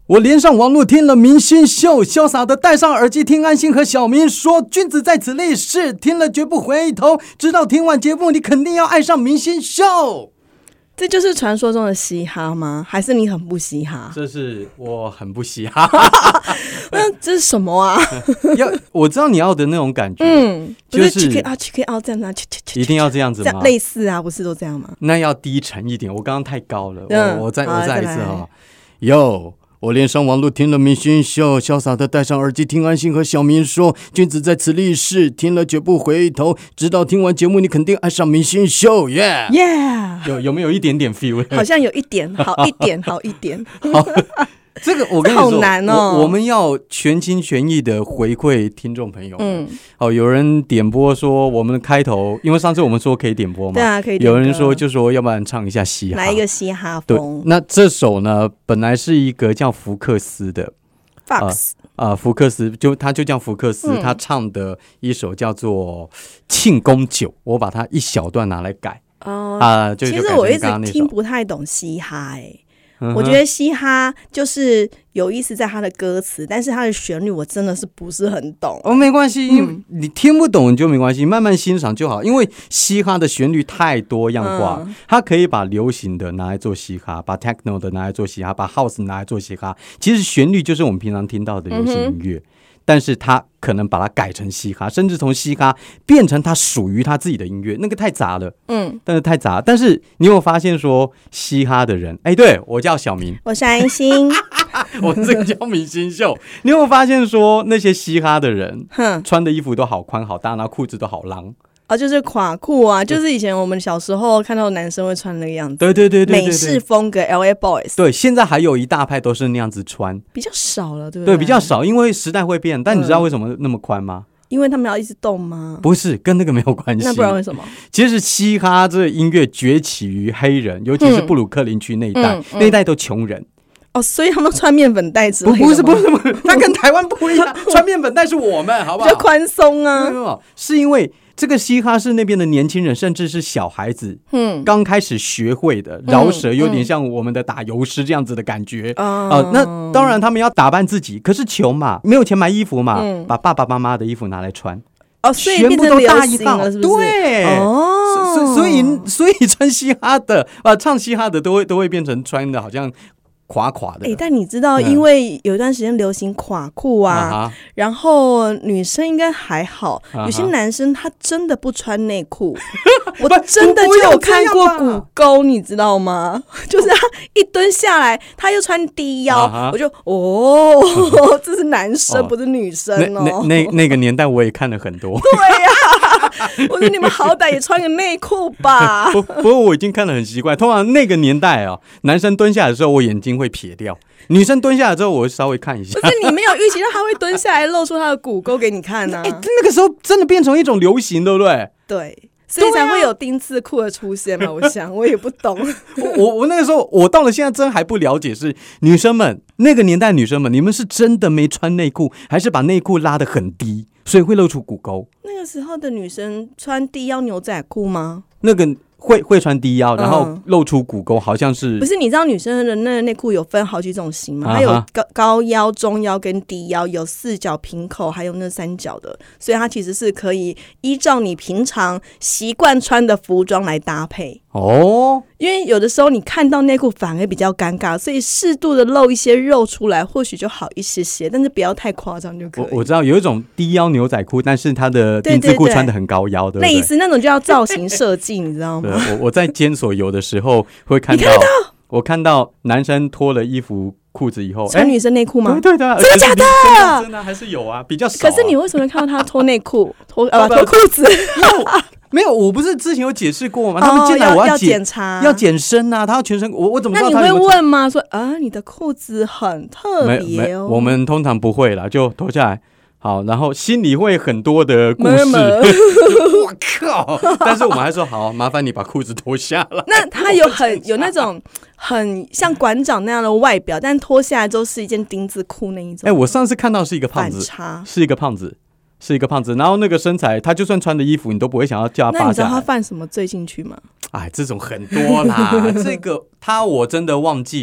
我连上网络听了明星秀，潇洒的戴上耳机听安心和小明说，君子在此立誓，听了绝不回头，直到听完节目你肯定要爱上明星秀。 这就是传说中的嘻哈吗？还是你很不嘻哈？ 这是我很不嘻哈。 那这是什么啊？ 我知道你要的那种感觉， 不是 check it out check it out 这样啊， 一定要这样子吗？ 类似啊，不是都这样吗？ 那要低沉一点，我刚刚太高了，我再一次哈。哟，我连上网络听了明星秀，潇洒的戴上耳机听安心和小明说，君子在此立誓，听了绝不回头，直到听完节目你肯定爱上明星秀，耶、有没有一点点 feel？ 好像有一点，好一点，好一点。 好，这个我跟你说， 好难哦。 我们要全心全意的回馈听众朋友。有人点播说我们的开头，因为上次我们说可以点播嘛， 对啊，可以点播。 有人说就说要不然唱一下嘻哈， 来一个嘻哈对， 风。 那这首呢，本来是一个叫福克斯的 Fox， 福克斯他就叫福克斯，他唱的一首叫做《庆功酒》，我把它一小段拿来改。 其实我一直听不太懂嘻哈我觉得嘻哈就是有意思在它的歌词，但是它的旋律我真的是不是很懂。 没关系，你听不懂就没关系，慢慢欣赏就好。因为嘻哈的旋律太多样化，它可以把流行的拿来做嘻哈，把 techno 的拿来做嘻哈，把 house 拿来做嘻哈。其实旋律就是我们平常听到的流行音乐。但是他可能把它改成嘻哈，甚至从嘻哈变成他属于他自己的音乐，那个太杂了。但是太杂。但是你有没有发现说，嘻哈的人，对，我叫小明， 我是安心， 我这个叫明星秀。你有没有发现说，那些嘻哈的人，穿的衣服都好宽好大，然后裤子都好浪。 就是垮裤啊，就是以前我们小时候看到男生会穿那个样子， 对， 美式风格 LA Boys。 对，现在还有一大派都是那样子穿， 比较少了，对不对？ 对，比较少，因为时代会变。但你知道为什么那么宽吗？ 因为他们要一直动吗？ 不是，跟那个没有关系。 那不然为什么？ 其实嘻哈这个音乐崛起于黑人，尤其是布鲁克林区那一带，那一带都穷人。 所以他们都穿面粉袋之类的吗？ 不是，他跟台湾不一样，穿面粉袋是我们，好不好？ 比较宽松啊。 是因为这个嘻哈是那边的年轻人，甚至是小孩子，刚开始学会的，饶舌有点像我们的打油诗这样子的感觉。那当然他们要打扮自己，可是穷嘛，没有钱买衣服嘛，把爸爸妈妈的衣服拿来穿。 所以变成流行了，是不是？ 对，所以穿嘻哈的唱嘻哈的都会变成穿的好像垮垮的。 但你知道，因为有一段时间流行垮裤啊，然后女生应该还好，有些男生他真的不穿内裤，我真的就有看过骨沟，你知道吗？就是他一蹲下来，他又穿低腰，我就这是男生不是女生哦。 那个年代我也看了很多。 对呀，我说你们好歹也穿个内裤吧。 不过我已经看得很习惯，通常那个年代男生蹲下来的时候，我眼睛会撇掉；女生蹲下来之后，我会稍微看一下。 不是你没有预期到他会蹲下来露出他的骨沟给你看啊？ 那个时候真的变成一种流行，对不对？ 对。所以才会有丁字裤的出现嘛？我想我也不懂。 我那个时候，我到了现在真还不了解，是女生们那个年代女生们，你们是真的没穿内裤，还是把内裤拉得很低，所以会露出骨沟？ 那个时候的女生穿低腰牛仔裤吗？ 那个会穿低腰，然后露出骨沟，好像是。 不是，你知道女生的那个内裤有分好几种型吗？它有高腰、中腰跟低腰，有4角平口，还有那3角的，所以它其实是可以依照你平常习惯穿的服装来搭配。因为有的时候你看到内裤反而比较尴尬，所以适度的露一些肉出来，或许就好一些些，但是不要太夸张就可以。 我知道有一种低腰牛仔裤，但是它的丁字裤穿得很高腰，对不对？ 类似那种就叫造型设计，你知道吗？ 我在监所有的时候会看到，我看到男生脱了衣服裤子以后， 穿女生内裤吗？ 对的， 真的假的？ 真的还是有啊，比较少。 可是你为什么看到他脱内裤、脱裤子？ 没有，我不是之前有解释过吗？他们进来我要检查， 要检身啊，他要全身，我怎么知道？ 那你会问吗？说你的裤子很特别哦。 我们通常不会啦，就脱下来。好，然后心里会很多的故事，我靠！但是我们还说好，麻烦你把裤子脱下来。 那他有那种很像馆长那样的外表，但脱下来之后是一件丁字裤那一种。 我上次看到是一个胖子，是一个胖子，然后那个身材，他就算穿的衣服，你都不会想要叫他扒下来。 那你知道他犯什么罪进去吗？ 这种很多啦，这个我真的忘记了。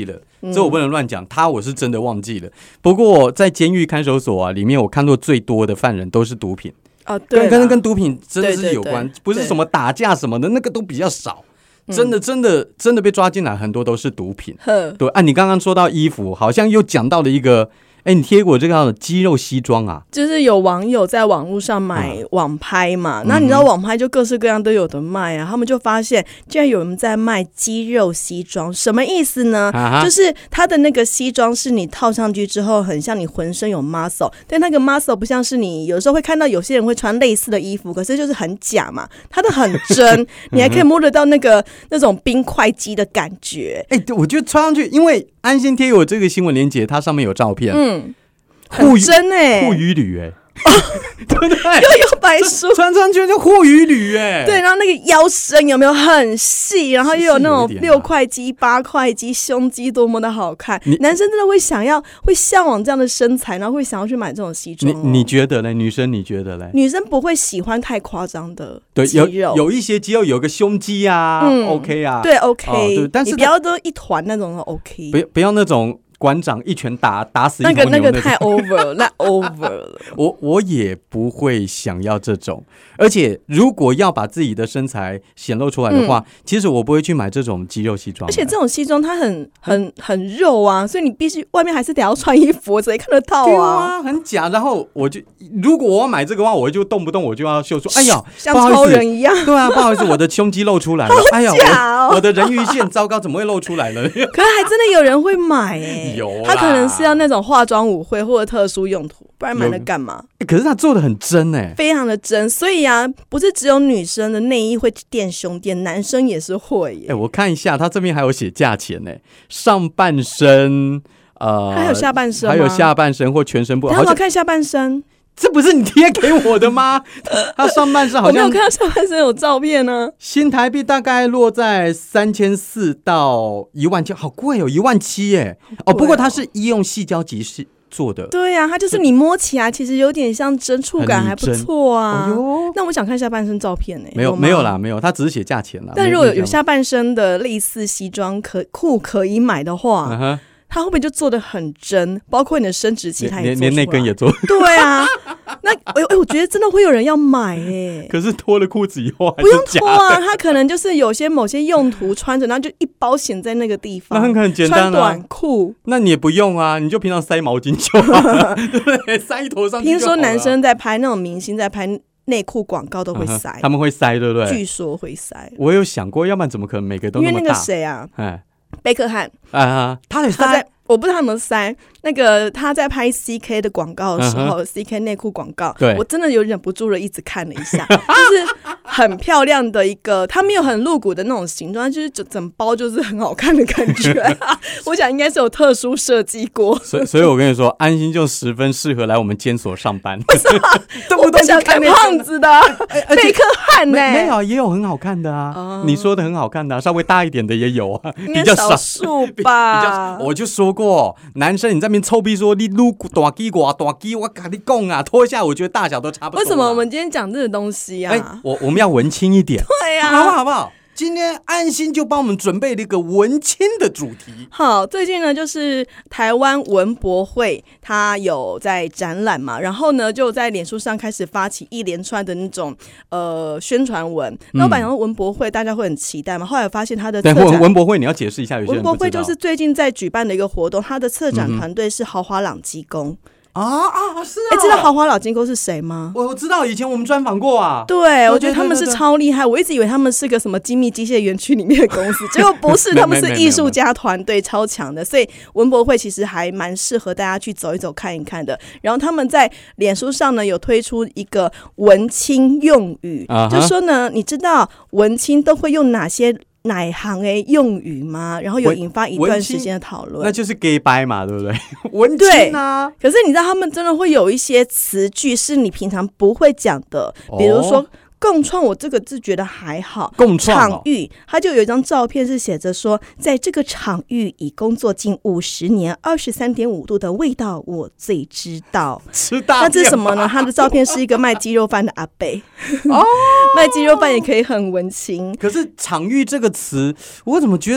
这我不能乱讲，我是真的忘记了。不过在监狱看守所啊，里面我看过最多的犯人都是毒品。 对， 跟毒品真的是有关，不是什么打架什么的，那个都比较少。真的被抓进来，很多都是毒品。对啊，你刚刚说到衣服，好像又讲到了一个。你贴过这个肌肉西装啊？ 就是有网友在网络上买网拍嘛，那你知道网拍就各式各样都有的卖啊，他们就发现竟然有人在卖肌肉西装，什么意思呢？就是他的那个西装是你套上去之后很像你浑身有 muscle， 但那个 muscle 不像是你有时候会看到有些人会穿类似的衣服，可是就是很假嘛，它的很真你还可以摸得到那种冰块肌的感觉。 我觉得穿上去，因为安心贴有这个新闻连结，它上面有照片， 很真护鱼履对不对？ 又有白书， 穿上去就护鱼履对，然后那个腰身有没有很细，然后又有那种6块肌、8块肌，胸肌多么的好看，男生真的会向往这样的身材，然后会想要去买这种西装。 你觉得嘞？女生你觉得嘞？ 女生不会喜欢太夸张的肌肉， 有一些肌肉有个胸肌啊，OK 啊， 对 OK， 对，但是你不要都一团那种 OK， 不要那种。馆长一拳打死一头牛那个太 over 了，那 over 了。 我也不会想要这种，而且如果要把自己的身材显露出来的话，其实我不会去买这种肌肉西装。 而且这种西装它很肉啊，所以你必须外面还是得要穿衣服，谁看得到啊？ 很假。然后如果我要买这个的话，我就动不动我就要秀出，哎呀， 像超人一样。 对啊，不好意思，我的胸肌露出来了。哎呀，我的人鱼线，糟糕，怎么会露出来了？可是还真的有人会买他可能是要那种化妆舞会或者特殊用途，不然买了干嘛？ 可是他做的很真非常的真，所以啊，不是只有女生的内衣会垫胸垫，男生也是会耶。 我看一下，他这边还有写价钱呢，上半身还有下半身吗？ 还有下半身或全身部。 好好看下半身。 这不是你贴给我的吗？他上半身好像我没有看到下半身有照片呢。 新台币大概落在3400到17000，好贵哦，17000耶。不过它是医用矽胶级做的。 对啊，它就是你摸起来其实有点像针，触感还不错啊。那我想看下半身照片呢。 没有啦，没有，他只是写价钱啦。 但如果有下半身的类似西装裤可以买的话，它会不会就做得很真？包括你的生殖器，它也做出来， 连那根也做。 对啊，那我觉得真的会有人要买可是脱了裤子以后还是不用脱啊，它可能就是某些用途穿着，然后就一包显在那个地方。 那很简单啊， 穿短裤。 那你也不用啊，你就平常塞毛巾就好了，对不对？塞一头上去就好了。 听说男生在拍那种明星在拍内裤广告都会塞， 他们会塞，对不对？ 据说会塞。 我有想过，要不然怎么可能每个都那么大？ 因为那个谁啊，贝克汉他也塞。 我不知道他有没有塞那个他在拍 CK 的广告的时候，CK 内裤广告，我真的有忍不住了，一直看了一下，就是很漂亮的一个，它没有很露骨的那种形状，就是整包就是很好看的感觉。我想应该是有特殊设计过， 所以我跟你说，安心就十分适合来我们监所上班。 我不想看胖子的贝克汉呢， 没有，也有很好看的啊。你说的很好看的，稍微大一点的也有啊， 比较少数吧。 我就说过，男生你在那边臭屁说你撸大鸡大鸡，我跟你讲啊，脱下我觉得大小都差不多。 为什么我们今天讲这个东西啊？ 我们要文青一点， 对啊， 好不好？今天安心就帮我们准备了一个文青的主题。 好，最近呢就是台湾文博会，它有在展览嘛，然后呢就在脸书上开始发起一连串的那种宣传文。那我本来文博会大家会很期待嘛，后来发现它的策展文博会你要解释一下，有些人不知道。 文博会就是最近在举办的一个活动，它的策展团队是豪华朗机工。是啊！知道豪华老金工是谁吗？ 我知道，以前我们专访过啊。 对，我觉得他们是超厉害。我一直以为他们是个什么精密机械园区里面的公司，结果不是，他们是艺术家团队，超强的。所以文博会其实还蛮适合大家去走一走、看一看的。然后他们在脸书上呢有推出一个文青用语，就说呢，你知道文青都会用哪些哪行用语吗？然后有引发一段时间的讨论。 那就是 gay 掰嘛，对不对？文青啊， 可是你知道他们真的会有一些词句是你平常不会讲的，比如说共创，我这个字觉得还好。 共创场域，他就有一张照片是写着说，在这个场域已工作近50年，23.5度的味道我最知道。 吃大便。 那这是什么呢？他的照片是一个卖鸡肉饭的阿伯。卖鸡肉饭也可以很文青。 可是场域这个词，我怎么觉得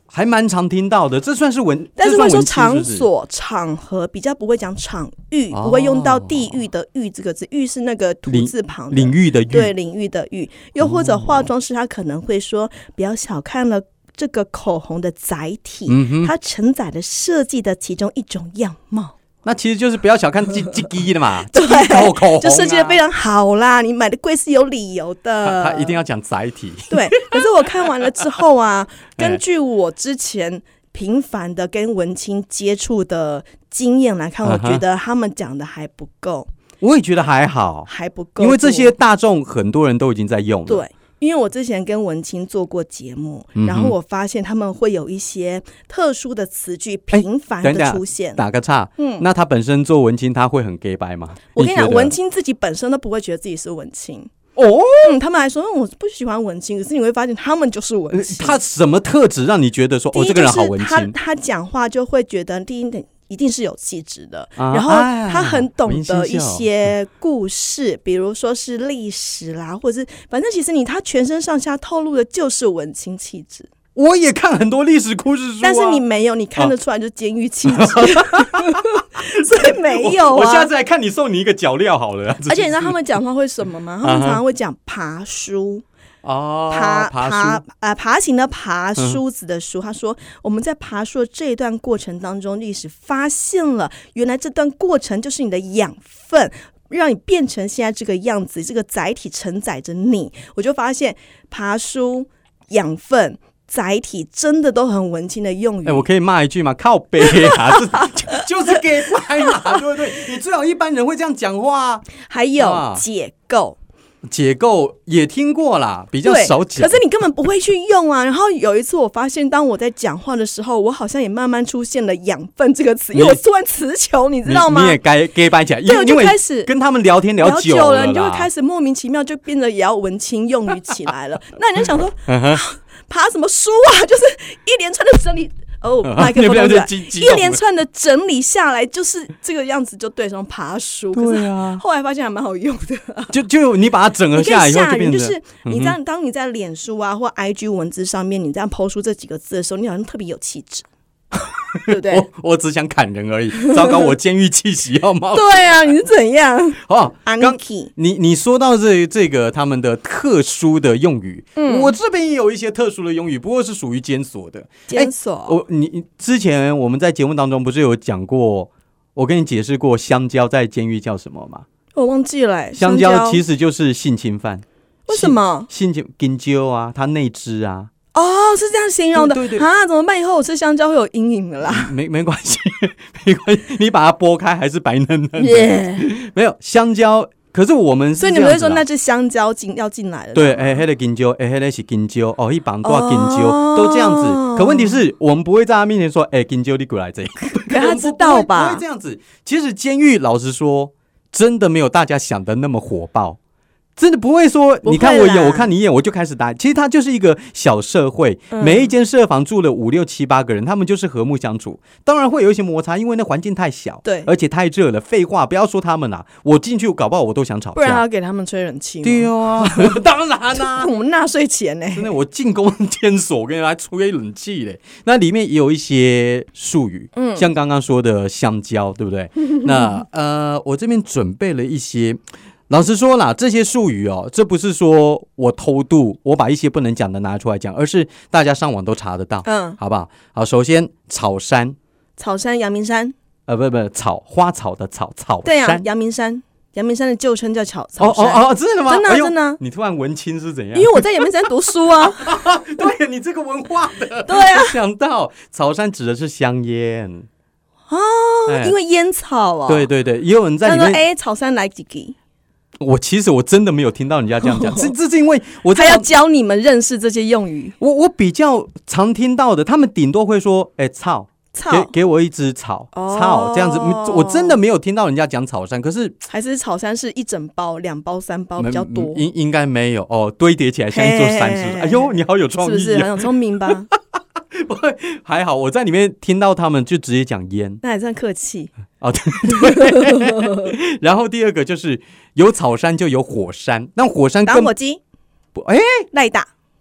还蛮常听到的，这算是文， 但是会说这算文青是不是场所、场合，比较不会讲场域，不会用到地域的域这个字，域是那个土字旁的领域的域， 对，领域的域。又或者化妆师他可能会说，不要小看了这个口红的载体，它承载了设计的其中一种样貌。 那其实就是不要小看这滴的嘛， 对， 口红就设计的非常好啦，你买的贵是有理由的。 他一定要讲载体。 对，可是我看完了之后啊，根据我之前频繁的跟文青接触的经验来看，我觉得他们讲的还不够。 我也觉得还好， 还不够， 因为这些大众很多人都已经在用了。 对。因为我之前跟文青做过节目，然后我发现他们会有一些特殊的词句频繁的出现。 打个岔，那他本身做文青，他会很 gay 白吗？ 我跟你讲，文青自己本身都不会觉得自己是文青哦。 他们还说我不喜欢文青，可是你会发现他们就是文青。 他什么特质让你觉得说这个人好文青？ 他讲话就会觉得第一点。一定是有气质的，然后他很懂得一些故事，比如说是历史啦，或者是反正其实他全身上下透露的就是文青气质。 我也看很多历史故事书， 但是你没有，你看得出来就是监狱气质，所以没有啊。 我下次来看你送你一个脚鐐好了。 而且你知道他们讲话会什么吗？他们常常会讲爬书。爬行的爬，梳子的梳。他说我们在爬树的这一段过程当中，历史发现了原来这段过程就是你的养分，让你变成现在这个样子，这个载体承载着你。我就发现爬梳、养分、载体真的都很文青的用语。 我可以骂一句吗？靠北啊，就是给拍嘛，对不对？你最好一般人会这样讲话。 还有解构。 解构也听过啦，比较少讲， 可是你根本不会去用啊。然后有一次我发现，当我在讲话的时候，我好像也慢慢出现了养分这个词，因为我突然词穷，你知道吗？ 你也该掰起来， 对，我就开始跟他们聊天聊久了， 你就会开始莫名其妙就变得也要文青用语起来了。那你就想说，爬什么书啊？就是一连串的整理。麦克风一连串的整理下来就是这个样子，就对上爬书。 对啊， 可是后来发现还蛮好用的。 就你把它整合下来以后，就变成就是你这样，当你在脸书啊或 IG 文字上面，你这样抛出这几个字的时候，你好像特别有气质。对不对？ 我只想砍人而已。糟糕，我监狱气息要冒。 对啊，你是怎样？ 刚你说到这个他们的特殊的用语，我这边也有一些特殊的用语，不过是属于监所的。 监所， 你之前我们在节目当中不是有讲过，我跟你解释过香蕉在监狱叫什么吗？ 我忘记了。 香蕉其实就是性侵犯。 为什么？ 性侵金蕉啊，它内汁啊。 是这样形容的。 对啊，怎么办？以后我吃香蕉会有阴影的啦。 没关系，没关系，你把它剥开还是白嫩嫩的。没有香蕉，可是我们是所以你们会说那只香蕉要进来了。 对，那个金蕉，那个是金蕉，一绑多金蕉都这样子。可问题是我们不会在他面前说，金蕉你过来这里。 可他知道吧？ 不会这样子。其实监狱老实说，真的没有大家想的那么火爆。真的不会说你看我一眼我看你一眼我就开始打，其实它就是一个小社会，每一间舍房住了5、6、7、8个人，他们就是和睦相处，当然会有一些摩擦，因为那环境太小， 对， 而且太热了。废话，不要说他们啦，我进去搞不好我都想吵架， 不然还要给他们吹冷气吗？ 对啊，当然啦， 我们纳税钱呢， 真的，我进攻监所，我跟你来吹冷气嘞。那里面也有一些术语，像刚刚说的香蕉，对不对？那我这边准备了一些。老实说啦，这些术语这不是说我偷渡，我把一些不能讲的拿出来讲，而是大家上网都查得到，好不好？好，首先草山， 阳明山， 不，草花草的草山， 对啊，阳明山的旧称叫草山。 真的吗？ 真的， 你突然文青是怎样？ 因为我在阳明山读书啊。 对，你这个文化的， 对啊， 想到草山指的是香烟因为烟草对，也有人在里面草山来几个。 其实我真的没有听到人家这样讲，这是因为他要教你们认识这些用语。 我比较常听到的，他们顶多会说草，给我一只草，草这样子。我真的没有听到人家讲草山，可是还是草山是1整包、2包、3包比较多， 应该没有堆叠起来像一座山是。哎呦，你好有创意， 是不是很有聪明吧？ 还好，我在里面听到他们就直接讲烟， 那还算客气对。然后第二个就是有草山就有火山，那火山打火机， 赖打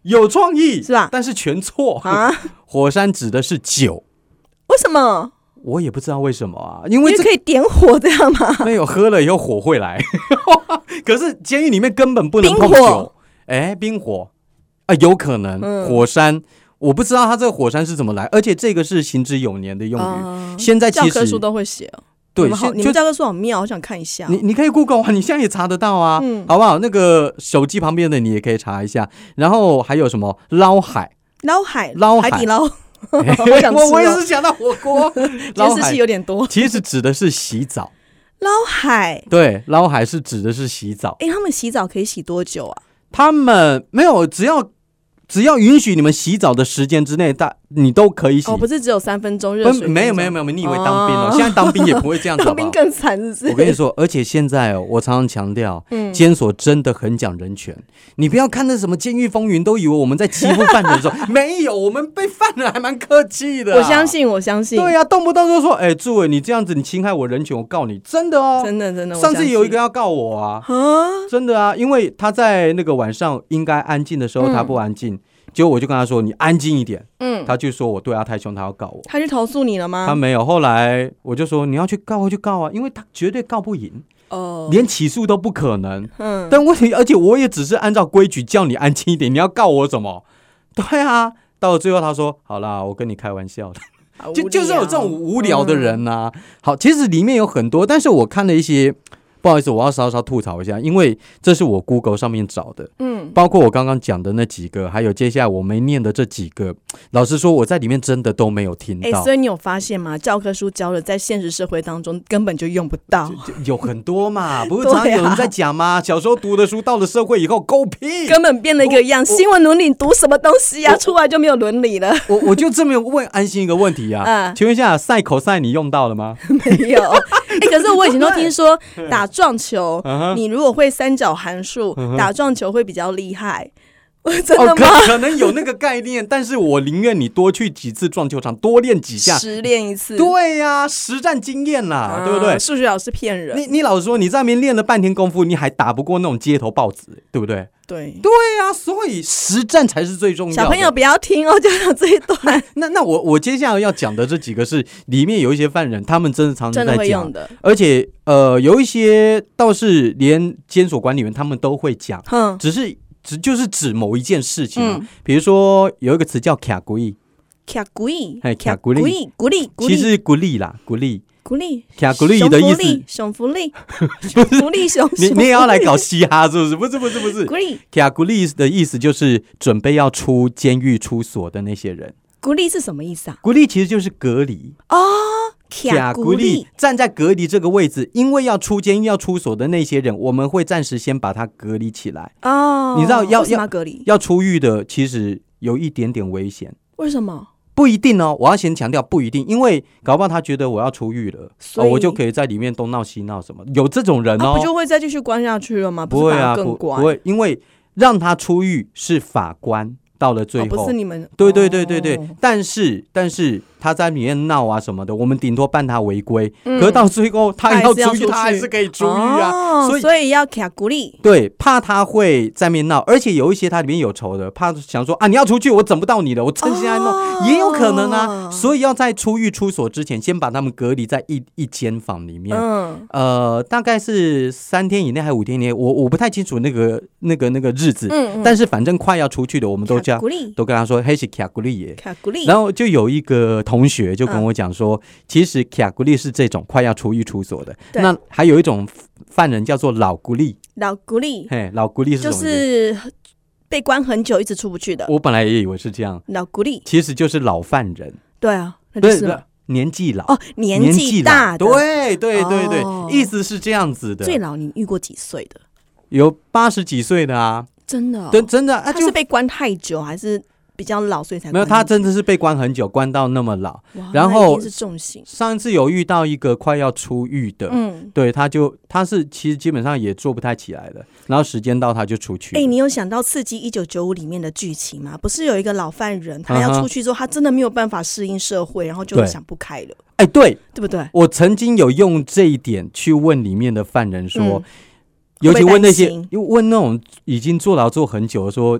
有创意是吧？ 但是全错啊！ 火山指的是酒， 为什么？ 我也不知道为什么啊，因为可以点火这样吗？ 没有，喝了以后火会来。可是监狱里面根本不能碰酒。冰火啊，有可能。火山，我不知道它这个火山是怎么来，而且这个是行之有年的用语。现在其实教科书都会写哦。 对， 你们教科书好妙，好想看一下。 你可以 Google 啊，你现在也查得到啊，好不好？那个手机旁边的你也可以查一下。然后还有什么捞海、海底捞。 我也是想到火锅， 监视器有点多。 其实指的是洗澡。 捞海， 对，捞海是指的是洗澡。 他们洗澡可以洗多久啊？ 他们没有，只要允许你们洗澡的时间之内，你都可以洗。 不是只有3分钟热水？ 没有，你以为当兵哦？现在当兵也不会这样子。 当兵更惨，是不是？ 我跟你说，而且现在我常常强调，监所真的很讲人权。你不要看那什么《监狱风云》，都以为我们在欺负犯人的时候，没有，我们被犯人还蛮客气的。 我相信。对呀，动不动就说，诸位，你这样子，你侵害我人权，我告你，真的哦， 真的。 上次有一个要告我啊，真的啊，因为他在那个晚上应该安静的时候，他不安静。结果我就跟他说：“你安静一点。”他就说我对他太凶，他要告我。 他去投诉你了吗？ 他没有。后来我就说：“你要去告，就告啊，因为他绝对告不赢，连起诉都不可能。”但问题，而且我也只是按照规矩叫你安静一点，你要告我什么？对啊，到了最后他说：“好啦，我跟你开玩笑的。”就是有这种无聊的人啊。好，其实里面有很多，但是我看了一些。不好意思，我要稍稍吐槽一下，因为这是我 Google 上面找的，包括我刚刚讲的那几个，还有接下来我没念的这几个，老实说我在里面真的都没有听到。 所以你有发现吗？教科书教的在现实社会当中根本就用不到， 有很多嘛，不是常常有人在讲吗？小时候读的书到了社会以后狗屁， 根本变了一个样。新闻伦理读什么东西啊？出来就没有伦理了。 我就这么问安心一个问题啊，请问一下赛口赛你用到了吗？ 没有。可是我以前都听说打撞球，你如果会三角函数，打撞球会比较厉害。真的吗？ 可能有那个概念，但是我宁愿你多去几次撞球场，多练几下， 实练一次。 对呀，实战经验啦，对不对？ 数学老师骗人。 你老实说，你在那边练了半天功夫，你还打不过那种街头报纸，对不对？ 对呀，所以实战才是最重要的。 小朋友不要听哦，就讲这一段。 那我接下来要讲的这几个是里面有一些犯人，他们真的常常在讲的， 而且有一些倒是连监所管理员他们都会讲，就是指某一件事情，比如说有一个词叫卡古意， 卡古意， 鼓励，其实鼓励啦，鼓励，卡古意的意思， 熊福利，福利熊， 你也要来搞嘻哈是不是？不是，卡古意的意思就是准备要出监狱出所的那些人。 孤立是什么意思啊？ 孤立其实就是隔离哦， 孤立站在隔离这个位置，因为要出监狱要出所的那些人，我们会暂时先把他隔离起来哦。你知道要隔离要出狱的，其实有一点点危险。 为什么？ 不一定哦，我要先强调不一定，因为搞不好他觉得我要出狱了，我就可以在里面东闹西闹什么，有这种人哦， 不就会再继续关下去了吗？ 不会啊，不会，因为让他出狱是法官。到了最后， 不是你们对，但是他在里面闹啊什么的，我们顶多办他违规。可是到最后他要出狱，他还是可以出狱啊。 所以要给他鼓励。 对，怕他会在面闹，而且有一些他里面有仇的，怕想说啊，你要出去，我整不到你了，我趁现在弄，也有可能啊。所以要在出狱出所之前，先把他们隔离在一间房里面。大概是3天以内还是5天以内，我不太清楚那个日子。但是反正快要出去的，我们都跟他说，嘿是卡古利耶，然后就有一个同学就跟我讲说，其实卡古利是这种快要出狱出所的。那还有一种犯人叫做老古利， 老古利是什么？ 就是被关很久一直出不去的。 我本来也以为是这样， 老古利其实就是老犯人。 对啊，那就是年纪老哦，年纪大的， 对，意思是这样子的。 最老你遇过几岁的？ 有80几岁的啊。 真的， 真的， 他是被关太久还是比较老所以才关？ 没有，他真的是被关很久，关到那么老。然后一定是重刑。 上一次有遇到一个快要出狱的，对，他是其实基本上也做不太起来了，然后时间到他就出去。 你有想到《刺激1995》里面的剧情吗？不是有一个老犯人，他要出去之后，他真的没有办法适应社会，然后就想不开了。 对不对？ 我曾经有用这一点去问里面的犯人说。尤其问那种已经坐牢坐很久的说，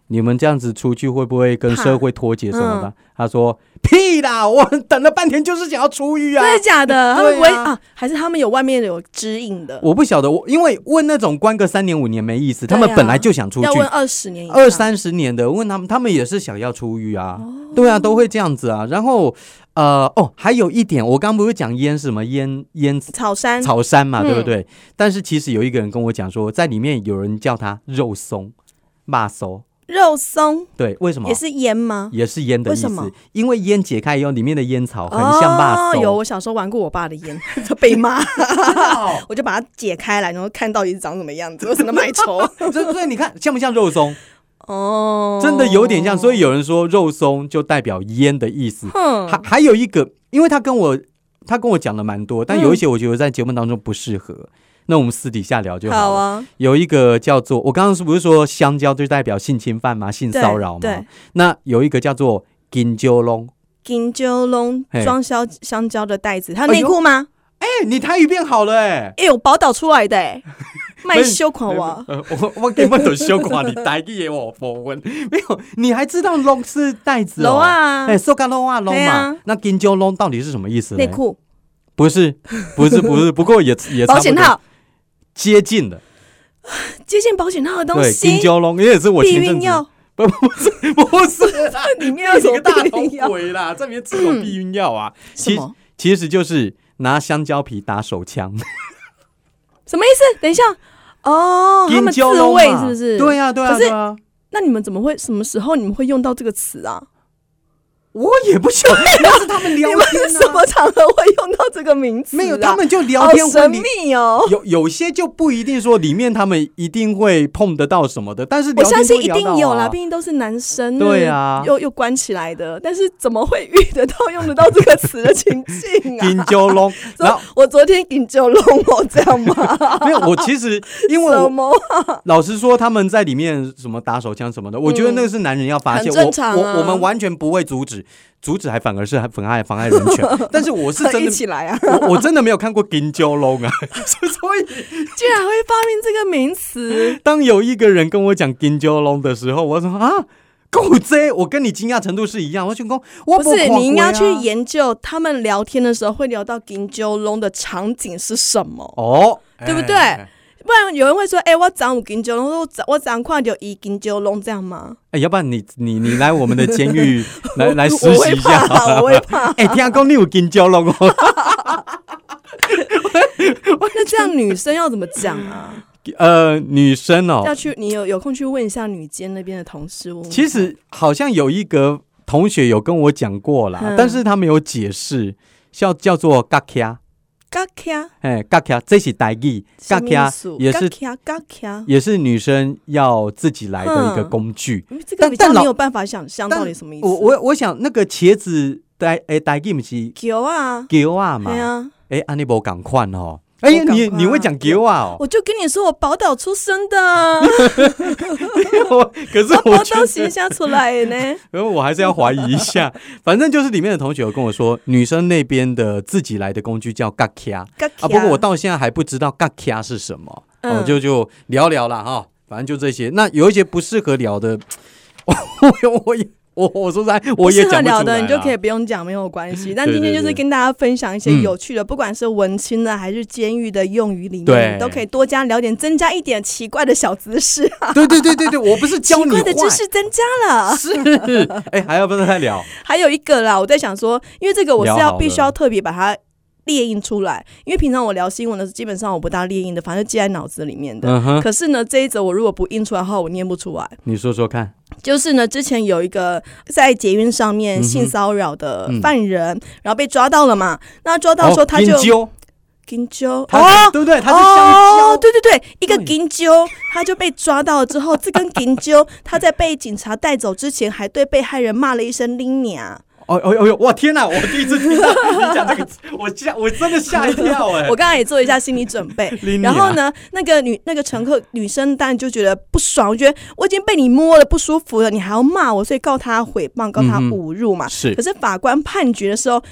你们这样子出去会不会跟社会脱节什么的？他说屁啦，我等了半天就是想要出狱啊。 真的假的？他们不会啊？还是他们有外面有指引的？ 我不晓得，因为问那种关个3年5年没意思，他们本来就想出去。 要问20年以上 20-30年的，问他们也是想要出狱啊。对啊，都会这样子啊。然后还有一点，我刚刚不是讲烟什么烟草山嘛，对不对？但是其实有一个人跟我讲说，在里面有人叫他肉松、麻松。 肉松，对， 为什么？ 也是烟吗？ 也是烟的意思。 为什么？ 因为烟解开以后，里面的烟草很像麻松。 有，我小时候玩过我爸的烟，就被骂，我就把它解开来，然后看到底是长什么样子，我只能买抽。 所以你看，像不像肉松？真的有点像。所以有人说肉松就代表烟的意思。还有一个，因为他跟我讲的蛮多，但有一些我觉得在节目当中不适合。那我们私底下聊就好了。好啊。有一个叫做，我刚刚不是说香蕉就代表性侵犯吗？性骚扰吗？对。那有一个叫做金蕉笼，装香蕉的袋子，它有内裤吗？你台语变好了我宝岛出来的卖羞垮我。 我根本都羞垮你，台语也我佛文没有，你还知道笼是袋子笼啊？ 塑胶笼啊笼嘛。那金蕉笼到底是什么意思？ 内裤？ 不是，不过也差不多。 保险套。 接近的， 接近保险套的东西。 对，金蕉笼也是我前阵子不是里面有几个大头鬼啦，这里面只有避孕药啊。其实就是拿香蕉皮打手枪。 什么意思？等一下他们自卫是不是？ 对啊。可是那你们怎么会？什么时候你们会用到这个词啊？ 我也不晓得，那是他们聊天啊。 你们什么场合会用到这个名词？ 没有，他们就聊天。 好神秘哦。 有些就不一定说里面他们一定会碰得到什么的，但是我相信一定有啦，毕竟都是男生， 对啊， 又关起来的。但是怎么会遇得到用得到这个词的情境啊？ 金蕉笼，然后我昨天金蕉笼这样吗？ 没有，我其实因为老实说，他们在里面什么打手枪什么的，我觉得那个是男人要发现， 很正常啊。 我们完全不会阻止还反而是妨碍人权。但是我是真的一起来啊！ 我真的没有看过金蕉笼啊，所以居然会发明这个名词。 当有一个人跟我讲金蕉笼的时候，我说啊，够这，我跟你惊讶程度是一样。我想说，不是， 你应该去研究他们聊天的时候会聊到金蕉笼的场景是什么对不对？不然有人会说，我长有金蕉笼，我长看到一金蕉笼这样吗？ 要不然你来我们的监狱来实习一下。 我会怕。 听说你有金蕉笼那这样女生要怎么讲啊？ 女生要去，你有空去问一下女监那边的同事。 其实好像有一个同学有跟我讲过啦，但是他没有解释，叫做嘎卡。嘎卡，这是台语，嘎卡也是女生要自己来的一个工具。 这个比较没有办法想象到底什么意思。 我想那个茄子台语不是球啊嘛？ 对啊。 安尼无同款哦。你会讲球啊？ 我就跟你说，我宝岛出生的。 可是我宝岛形象出来的呢。 我还是要怀疑一下。反正就是里面的同学有跟我说，女生那边的自己来的工具叫嘎卡不过我到现在还不知道嘎卡是什么。就聊聊啦哈，反正就这些。那有一些不适合聊的，我说实在，我也讲不出来。不适合聊的你就可以不用讲，没有关系。但今天就是跟大家分享一些有趣的，不管是文青的还是监狱的用语里面，都可以多加聊点，增加一点奇怪的小知识。 对，我不是教你奇怪的知识增加了。 是，还要不要再聊？ 还有一个啦，我在想说，因为这个我是必须要特别把它列印出来，因为平常我聊新闻的基本上我不大列印的，反正记在脑子里面的。可是呢，这一则我如果不印出来的话，我念不出来。你说说看。就是呢，之前有一个在捷运上面性骚扰的犯人，然后被抓到了嘛。那抓到的时候他就金蕉对不对？他是香蕉， 对，一个金蕉，他就被抓到了之后，这根金蕉他在被警察带走之前，还对被害人骂了一声拎娘。 哇天哪！我第一次听到你讲这个词，我真的吓一跳我刚才也做一下心理准备。然后呢，那个乘客女生当然就觉得不爽，我觉得我已经被你摸了不舒服了，你还要骂我，所以告他诽谤，告他侮辱嘛。可是法官判决的时候，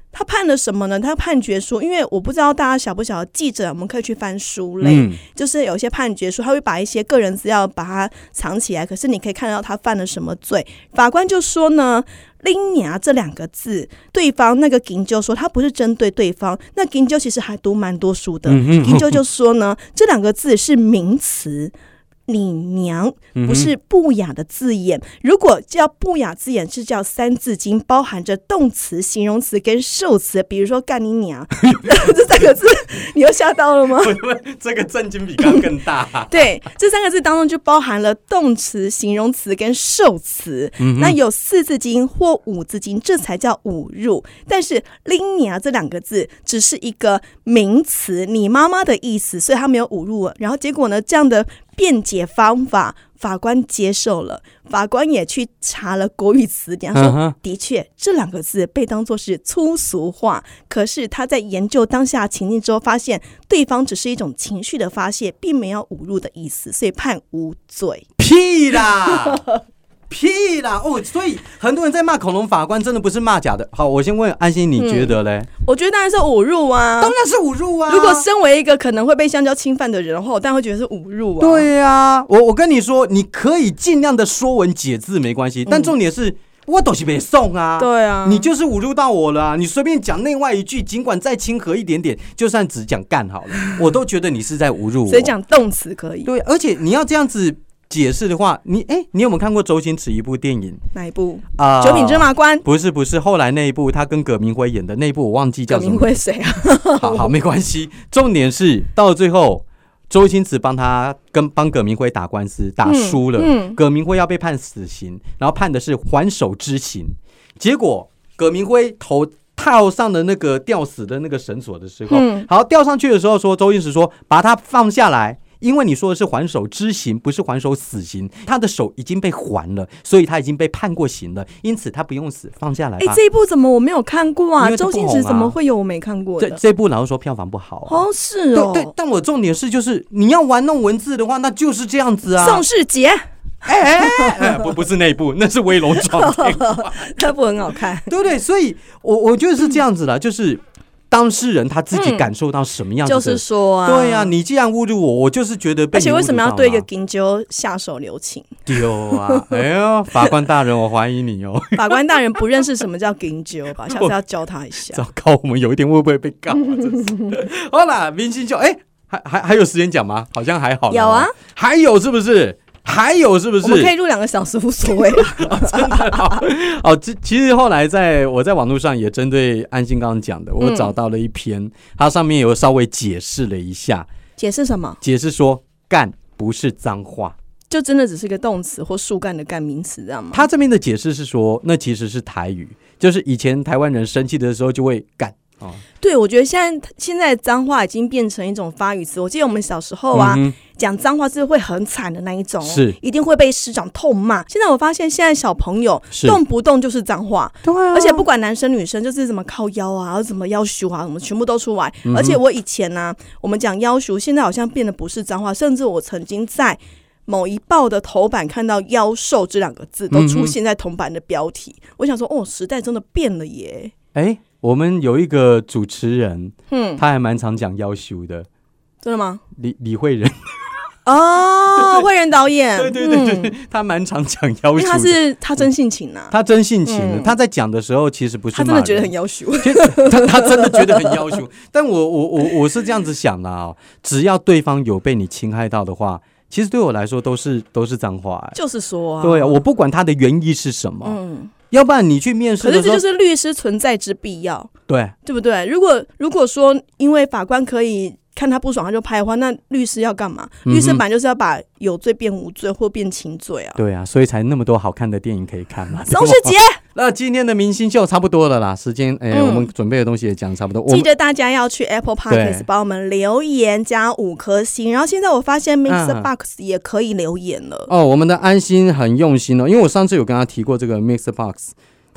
他判了什么呢？他判决书，因为我不知道大家晓不晓得，记者我们可以去翻书类，就是有一些判决书，他会把一些个人资料把它藏起来，可是你可以看到他犯了什么罪。法官就说呢，拎娘这2个字，对方那个金就说他不是针对对方，那金就其实还读蛮多书的，金就说呢，这2个字是名词。你娘不是不雅的字眼，如果叫不雅字眼是叫三字经，包含着动词、形容词跟受词，比如说干你娘这3个字你又吓到了吗？ 这个震惊比刚刚更大对，这3个字当中就包含了动词、形容词跟受词，那有4字经或5字经，这才叫侮辱。但是拎娘这2个字只是一个名词，你妈妈的意思，所以他没有侮辱。然后结果呢，这样的辩解方法法官接受了，法官也去查了国语词典，说的确这2个字被当作是粗俗话，可是他在研究当下情境之后发现对方只是一种情绪的发泄，并没有侮辱的意思，所以判无罪。 屁啦屁啦哦！所以很多人在骂恐龙法官，真的不是骂假的。好，我先问安心，你觉得嘞？ 我觉得当然是侮辱啊， 当然是侮辱啊！ 如果身为一个可能会被香蕉侵犯的人的话，我当然会觉得是侮辱啊。 对啊，我跟你说，你可以尽量的说文解字没关系，但重点是。我都是没送啊， 对啊， 你就是侮辱到我了啊！你随便讲内外一句，尽管再亲和一点点，就算只讲干好了，我都觉得你是在侮辱我。 所以讲动词可以。 对，而且你要这样子解释的话，你有没有看过周星驰一部电影？ 哪一部？九品芝麻官？ 不是，后来那一部他跟葛明辉演的那一部，我忘记叫什么。 葛明辉谁啊？ 好，没关系。重点是到了最后，周星驰帮葛明辉打官司，打输了，葛明辉要被判死刑，然后判的是还手之刑。结果葛明辉头套上的那个吊死的那个绳索的时候，好吊上去的时候说，周星驰说把他放下来。因为你说的是还手之刑，不是还手死刑，他的手已经被还了，所以他已经被判过刑了，因此他不用死，放下来吧。 这一部怎么我没有看过啊？周星驰怎么会有我没看过的？ 这部老实说票房不好啊。 是哦。 对，但我重点是就是你要玩弄文字的话，那就是这样子啊。 宋世杰。 不是那一部，那是威龙闯天关， 那部很好看， 对不对？所以我觉得是这样子啦，就是当事人他自己感受到什么样子的， 就是说啊， 对啊，你既然侮辱我，我就是觉得被你侮辱到。 而且为什么要对一个金鸠下手留情？ 丢啊！哎呦，法官大人，我怀疑你哦。 法官大人不认识什么叫金鸠吧？下次要教他一下。 糟糕，我们有一天会不会被告啊？真是。好啦，明星秀，还有时间讲吗？好像还好。 有啊， 还有是不是？我们可以录2个小时无所谓真的好，其实后来我在网络上也针对安心刚刚讲的，我找到了一篇，它上面有稍微解释了一下。 解释什么？ 解释说干不是脏话， 就真的只是个动词或树干的干名词，这样吗？ 他这边的解释是说，那其实是台语，就是以前台湾人生气的时候就会干。 对，我觉得现在脏话已经变成一种发语词。我记得我们小时候啊，讲脏话是会很惨的那一种， 是一定会被师长痛骂。现在我发现，现在小朋友动不动就是脏话， 对啊， 而且不管男生女生，就是什么靠腰啊，什么腰羞啊，什么全部都出来。而且我以前呢，我们讲腰羞，现在好像变得不是脏话，甚至我曾经在某一报的头版看到妖兽这2个字都出现在头版的标题。我想说，时代真的变了耶。 我们有一个主持人，他还蛮常讲要求的。 真的吗？ 李慧仁。 慧仁导演。 对，他蛮常讲要求， 因为他真性情啊。 他真性情他在讲的时候其实不是他真的觉得很要求， 他真的觉得很要求。但我是这样子想的啊，只要对方有被你侵害到的话，其实对我来说都是脏话。 就是说啊， 对啊，我不管他的原意是什么。要不然你去面试的时候， 可是这就是律师存在之必要，对不对？如果说因为法官可以看他不爽他就拍的话，那律师要干嘛？律师本来就是要把有罪变无罪或变轻罪啊。 对啊，所以才那么多好看的电影可以看嘛。 宋世杰， 那今天的明星秀差不多了啦，时间我们准备的东西也讲差不多。 记得大家要去 Apple Podcast 帮我们留言加5颗星，然后现在我发现 Mixer Box 也可以留言了。 我们的安心很用心哦，因为我上次有跟他提过这个 Mixer Box。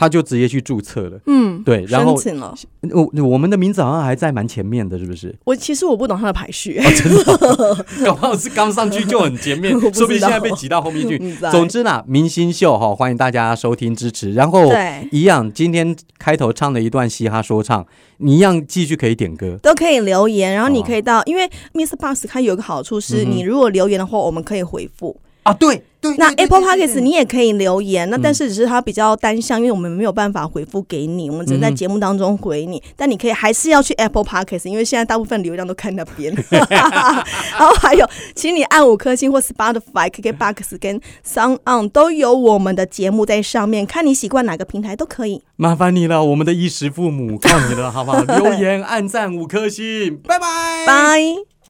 他就直接去注册了。对，然后申请了。 我们的名字好像还在蛮前面的，是不是？ 其实我不懂他的排序， 真的，搞不好是刚上去就很前面，说不定现在被挤到后面去。总之啦，明星秀欢迎大家收听支持。然后一样，今天开头唱的一段嘻哈说唱，你一样继续可以点歌， 都可以留言。然后你可以到，因为 MixerBox 它有一个好处是，你如果留言的话，我们可以回复。 对， 那 Apple Podcast 你也可以留言，那但是只是它比较单向，因为我们没有办法回复给你，我们只能在节目当中回你。但你可以还是要去 Apple Podcast， 因为现在大部分流量都看那边。然后还有，请你按5颗星或 Spotify、KKBox 跟 SoundOn 都有我们的节目在上面，看你习惯哪个平台都可以。 麻烦你了，我们的衣食父母靠你了，好不好？留言、按赞5颗星，拜拜， 拜。